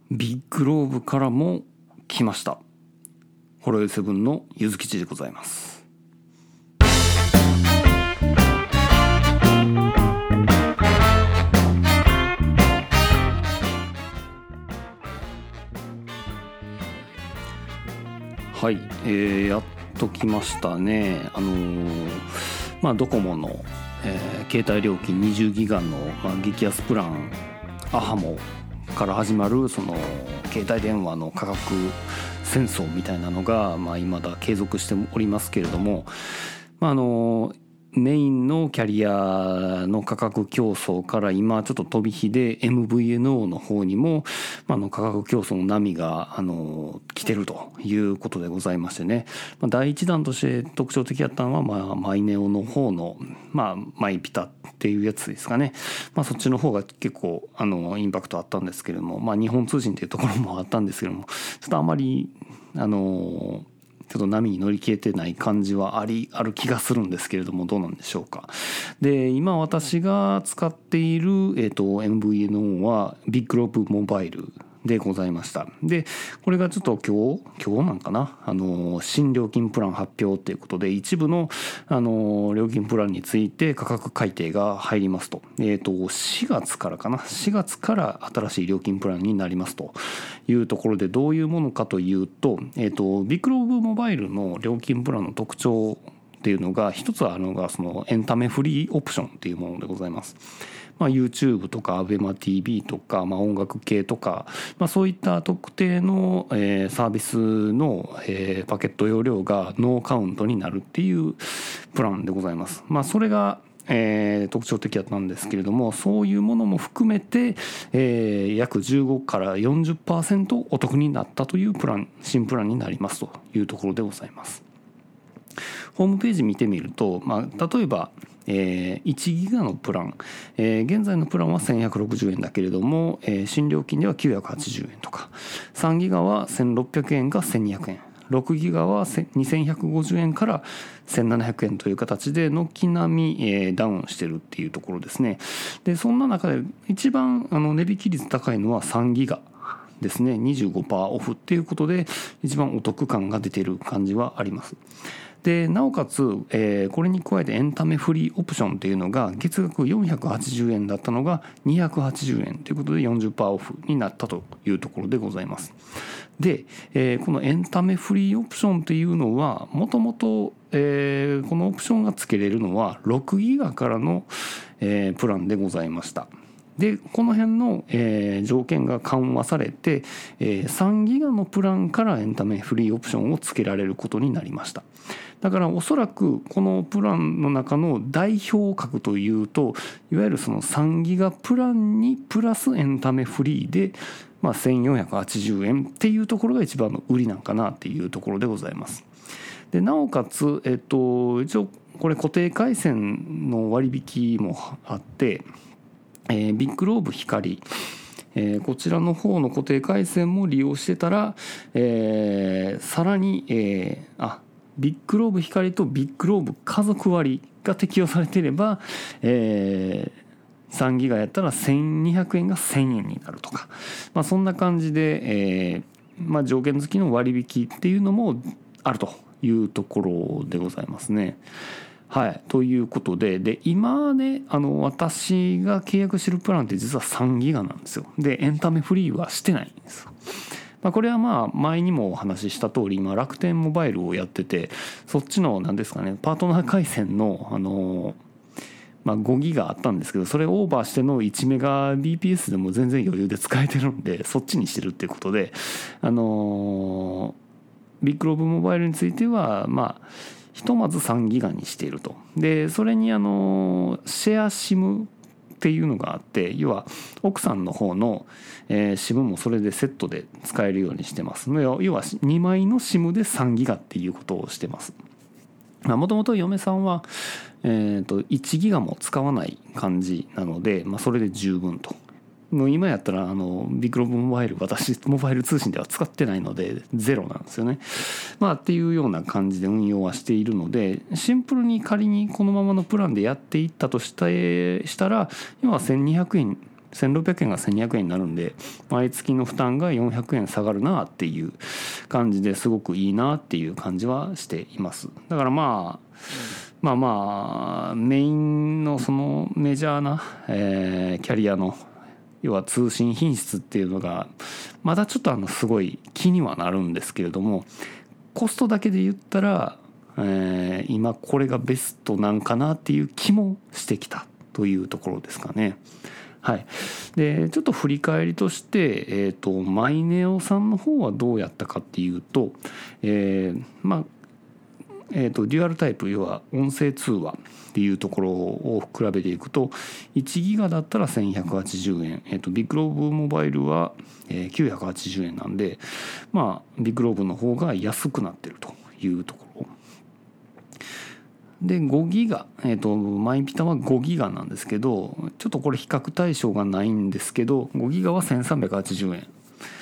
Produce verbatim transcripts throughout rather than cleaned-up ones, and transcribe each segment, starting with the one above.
ビッグローブからも来ました。ホロヨセブンのゆずきちでございます。はい、えー、やっと来ましたね。あのー、まあドコモの、えー、携帯料金にじゅうギガの、まあ、激安プランアハモから始まるその携帯電話の価格戦争みたいなのが、まあ、未だ継続しておりますけれども、まあ、あのメインのキャリアの価格競争から今ちょっと飛び火で エムブイエヌオー の方にも、まあ、の価格競争の波があの来てるということでございましてね、まあ、第一弾として特徴的だったのは、まあ、マイネオの方の、まあ、マイピタっていうやつですかね、まあ、そっちの方が結構あのインパクトあったんですけれども、まあ、日本通信っていうところもあったんですけれども、ちょっとあまりあのちょっと波に乗り切れてない感じはありある気がするんですけれども、どうなんでしょうか。で、今私が使っている、えーと、エムブイエヌオー はビッグローブモバイルでございました。で、これがちょっと今日今日なんかな、あの新料金プラン発表ということで、一部のあの料金プランについて価格改定が入りますと。えっとしがつからかな、しがつから新しい料金プランになりますというところで、どういうものかというと、えっとビッグローブモバイルの料金プランの特徴っていうのが、一つはあるのがそのエンタメフリーオプションっていうものでございます。まあ、YouTube とか ABEMATV とか、まあ、音楽系とか、まあ、そういった特定の、えー、サービスの、えー、パケット容量がノーカウントになるっていうプランでございます。まあ、それがえー、特徴的だったんですけれども、そういうものも含めて、えー、約じゅうごから よんじゅっパーセント お得になったというプラン、新プランになりますというところでございます。ホームページ見てみると、まあ、例えばえー、いちギガのプラン、えー、現在のプランはせんひゃくろくじゅうえんだけれども、えー、新料金ではきゅうひゃくはちじゅうえんとか、さんギガはせんろっぴゃくえんがせんにひゃくえん、ろくギガはにせんひゃくごじゅうえんからせんななひゃくえんという形で軒並み、えー、ダウンしてるっていうところですね。で、そんな中で一番あの値引き率高いのはさんギガですね。 にじゅうごパーセント オフっていうことで一番お得感が出ている感じはあります。で、なおかつ、えー、これに加えてエンタメフリーオプションっていうのが月額よんひゃくはちじゅうえんだったのがにひゃくはちじゅうえんということで よんじゅっパーセント オフになったというところでございます。で、えー、このエンタメフリーオプションっていうのはもともとこのオプションが付けれるのはろくギガからの、えー、プランでございました。で、この辺の、えー、条件が緩和されて、えー、さんギガのプランからエンタメフリーオプションを付けられることになりました。だからおそらくこのプランの中の代表格というと、いわゆるそのさんギガプランにプラスエンタメフリーで、まあ、せんよんひゃくはちじゅうえんっていうところが一番の売りなんかなっていうところでございます。で、なおかつ、えっと、一応これ固定回線の割引もあって、えー、ビッグローブ光、えー、こちらの方の固定回線も利用してたら、えー、さらに、えー、あビッグローブ光とビッグローブ家族割が適用されていれば、えー、さんギガやったらせんにひゃくえんがせんえんになるとか、まあ、そんな感じで、えーまあ、条件付きの割引っていうのもあるというところでございますね。はい、ということで、で今ね、あの私が契約してるプランって実はさんギガなんですよ。で、エンタメフリーはしてないんですよ。まあ、これはまあ前にもお話しした通り、今楽天モバイルをやってて、そっちの何ですかね、パートナー回線のあのまあごギガあったんですけど、それオーバーしてのいちメガビーピーエス でも全然余裕で使えてるんで、そっちにしてるっていうことで、あのビッグローブモバイルについてはまあひとまずさんギガにしていると。で、それにあのシェア SIM っていうのがあって、要は奥さんの方の、えー、SIM もそれでセットで使えるようにしてます。要はにまいの SIM でさんギガっていうことをしてます。もともと嫁さんは、えー、といちギガも使わない感じなので、まあ、それで十分と。もう今やったらあのビッグローブモバイル、私モバイル通信では使ってないのでゼロなんですよね。まあっていうような感じで運用はしているので、シンプルに仮にこのままのプランでやっていったとしたしたら、今はせんにひゃくえんせんろっぴゃくえんがせんにひゃくえんになるんで、毎月の負担がよんひゃくえん下がるなっていう感じですごくいいなっていう感じはしています。だからまあ、まあまあメインのそのメジャーな、えー、キャリアの要は通信品質っていうのがまだちょっとあのすごい気にはなるんですけれども、コストだけで言ったら、えー、今これがベストなんかなっていう気もしてきたというところですかね。はい、でちょっと振り返りとして、えーと、マイネオさんの方はどうやったかっていうと、えー、まあえーと、デュアルタイプ、要は音声通話っていうところを比べていくといちギガだったらせんひゃくはちじゅうえん、えーと、ビッグローブモバイルはきゅうひゃくはちじゅうえんなんで、まあビッグローブの方が安くなってるというところで、ごギガ、えーと、マイピタはごギガなんですけど、ちょっとこれ比較対象がないんですけど、ごギガはせんさんびゃくはちじゅうえん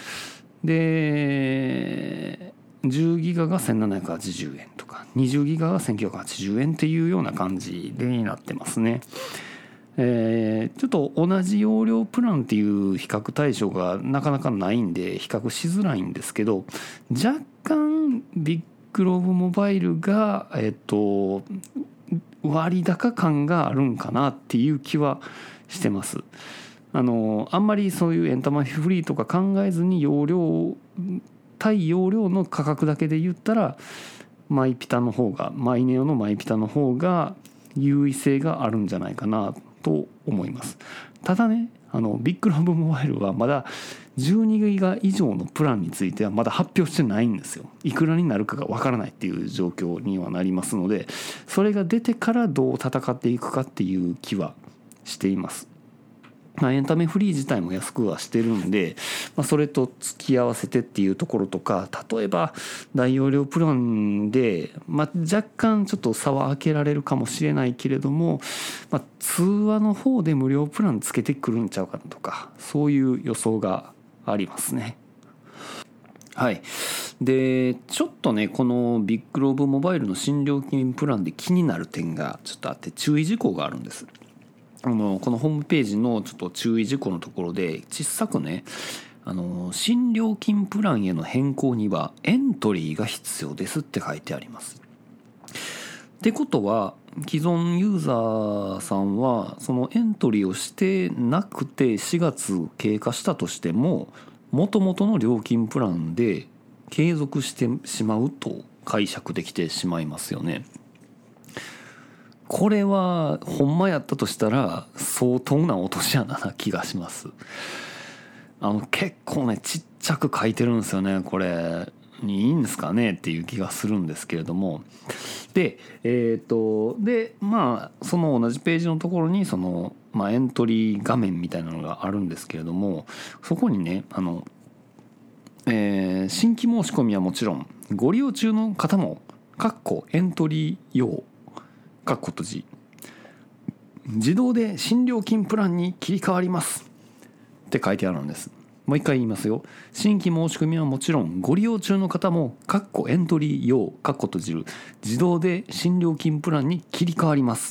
で、じゅうギガがせんななひゃくはちじゅうえんとかにじゅうギガがせんきゅうひゃくはちじゅうえんっていうような感じになってますね。えー、ちょっと同じ容量プランっていう比較対象がなかなかないんで比較しづらいんですけど、若干ビッグローブモバイルがえっと割高感があるんかなっていう気はしてます。あのあんまりそういうエンタメフリーとか考えずに容量対容量の価格だけで言ったらマイピタの方がマイネオのマイピタの方が優位性があるんじゃないかなと思います。ただね、あのビッグローブモバイルはまだじゅうにギガ以上のプランについてはまだ発表してないんですよ。いくらになるかがわからないっていう状況にはなりますので、それが出てからどう戦っていくかっていう気はしています。まあ、エンタメフリー自体も安くはしてるんで、まあ、それと付き合わせてっていうところとか、例えば大容量プランで、まあ、若干ちょっと差は開けられるかもしれないけれども、まあ、通話の方で無料プランつけてくるんちゃうかなとか、そういう予想がありますね。はい。でちょっとね、このビッグローブモバイルの新料金プランで気になる点がちょっとあって、注意事項があるんです。あのこのホームページのちょっと注意事項のところで小さくね、あの新料金プランへの変更にはエントリーが必要ですって書いてあります。ってことは既存ユーザーさんはそのエントリーをしてなくてしがつ経過したとしても元々の料金プランで継続してしまうと解釈できてしまいますよね。これはほんまやったとしたら相当な落とし穴な気がします。あの結構ねちっちゃく書いてるんですよね。これにいいんですかねっていう気がするんですけれども、でえっとでまあその同じページのところにその、まあ、エントリー画面みたいなのがあるんですけれども、そこにねあの、えー、新規申し込みはもちろんご利用中の方もかっこエントリー用かっこ閉じ自動で新料金プランに切り替わりますって書いてあるんです。もう一回言いますよ。新規申し込みはもちろんご利用中の方もかっこエントリー用かっこ閉じる自動で新料金プランに切り替わります。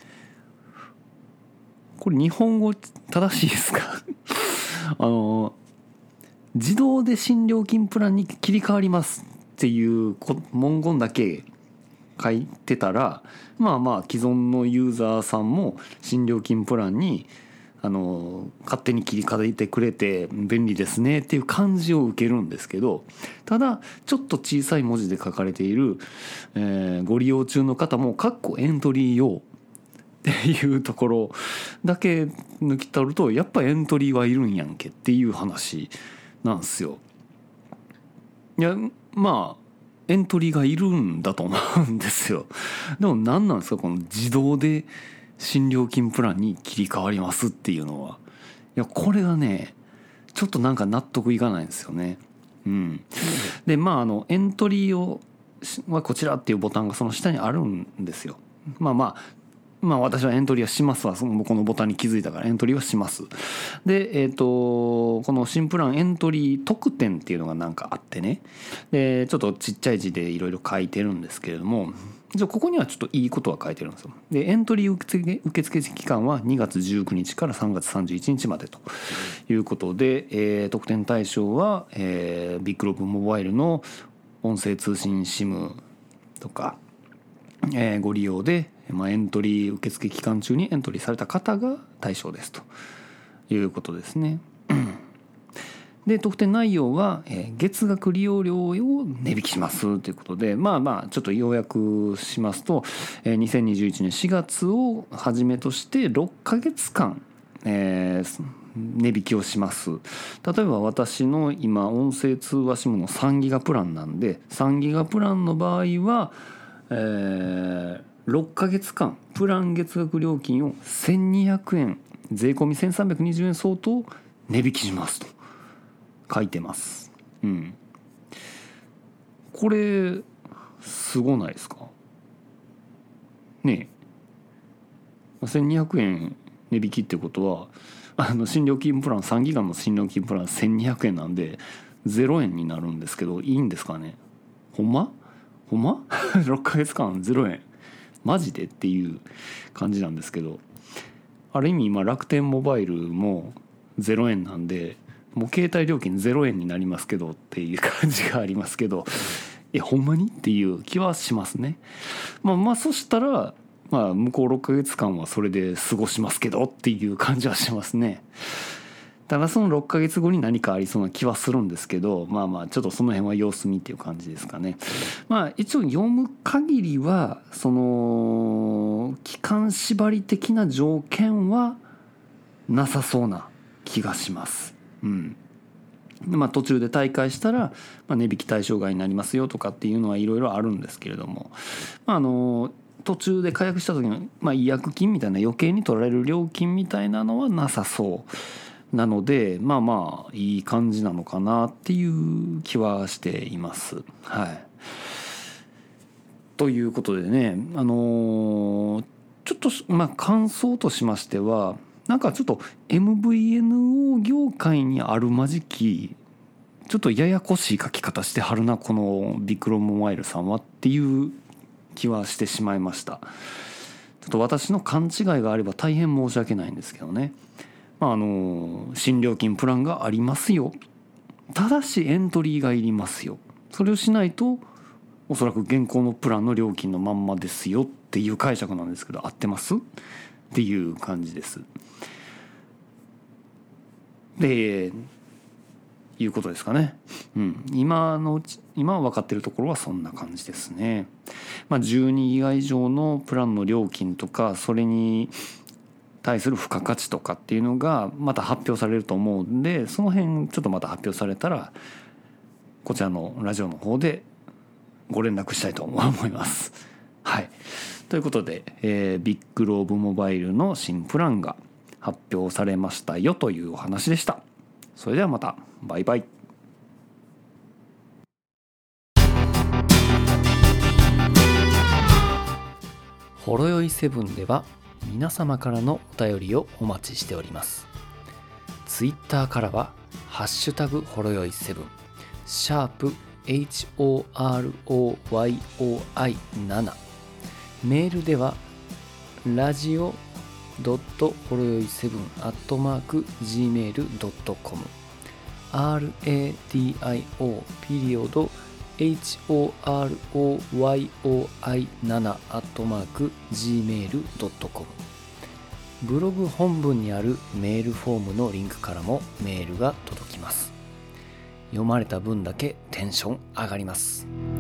これ日本語正しいですかあの自動で新料金プランに切り替わりますっていう文言だけ書いてたら、まあまあ既存のユーザーさんも新料金プランにあの勝手に切り替えてくれて便利ですねっていう感じを受けるんですけど、ただちょっと小さい文字で書かれている、えー、ご利用中の方もかっこエントリー用っていうところだけ抜き取るとやっぱエントリーはいるんやんけっていう話なんですよ。いやまあエントリーがいるんだと思うんですよ。でも何なんですかこの自動で新料金プランに切り替わりますっていうのは。いやこれがねちょっとなんか納得いかないんですよね。うん。でまああのエントリーをはこちらっていうボタンがその下にあるんですよ。まあまあまあ私はエントリーはしますわ。そのこのボタンに気づいたからエントリーはします。でえっとこの新プランエントリー特典っていうのがなんかあってね、でちょっとちっちゃい字でいろいろ書いてるんですけれども、 じゃあここにはちょっといいことが書いてるんですよ。でエントリー受付受付期間はにがつじゅうくにちからさんがつさんじゅういちにちまでということで、えー、特典対象は、えー、ビッグロブモバイルの音声通信 SIM とか、えー、ご利用で、まあ、エントリー受付期間中にエントリーされた方が対象ですということですね。で特典内容は、えー、月額利用料を値引きしますということで、まあまあちょっと要約しますと、えー、にせんにじゅういちねんしがつをはじめとしてろっかげつかん、えー、値引きをします。例えば私の今音声通話 SIM のさんギガプランなんで、さんギガプランの場合は、えー、ろっかげつかんプラン月額料金をせんにひゃくえん税込みせんさんびゃくにじゅうえん相当値引きしますと書いてます。うん。これすごないですかねえ。せんにひゃくえん値引きってことは、あの新料金プランさんギガの新料金プランせんにひゃくえんなんでゼロえんになるんですけど、いいんですかね。ほんまほんまろっかげつかんゼロえんマジでっていう感じなんですけど、ある意味今楽天モバイルもゼロえんなんで、もう携帯料金ゼロえんになりますけどっていう感じがありますけど、えほんまにっていう気はしますね。まあまあそしたら、まあ、向こうろっかげつかんはそれで過ごしますけどっていう感じはしますね。ただそのろっかげつごに何かありそうな気はするんですけど、まあまあちょっとその辺は様子見っていう感じですかね。まあ一応読む限りはその期間縛り的な条件はなさそうな気がします。うん。まあ、途中で退会したら、まあ、値引き対象外になりますよとかっていうのはいろいろあるんですけれども、まあ、あの途中で解約した時の、まあ、違約金みたいな余計に取られる料金みたいなのはなさそうなので、まあまあいい感じなのかなっていう気はしています。はい。ということでね、あのー、ちょっとまあ感想としましては、なんかちょっと エムブイエヌオー 業界にあるまじきちょっとややこしい書き方してはるなこのビッグロブモバイルさんはっていう気はしてしまいました。ちょっと私の勘違いがあれば大変申し訳ないんですけどね、まあ、あの新料金プランがありますよ、ただしエントリーがいりますよ、それをしないとおそらく現行のプランの料金のまんまですよっていう解釈なんですけど、合ってますっていう感じです。でいうことですかね。うん、今のうち今分かっているところはそんな感じですね。まあ、じゅうにギガ以上のプランの料金とかそれに対する付加価値とかっていうのがまた発表されると思うんで、その辺ちょっとまた発表されたらこちらのラジオの方でご連絡したいと思います。はい。ということで、えー、ビッグロブモバイルの新プランが発表されましたよというお話でした。それではまた。バイバイ。ほろよいセブンでは皆様からのお便りをお待ちしております。ツイッターからはハッシュタグほろよいセブン、シャープ エイチオーアールオーワイオーアイセブン、メールではラジオドットほろよいセブンアットマーク ジーメールドットコム、アールエーディーアイオー ピリオド エイチオーアールオーワイオーアイセブン アットマーク ジーメールドットコム、ブログ本文にあるメールフォームのリンクからもメールが届きます。読まれた分だけテンション上がります。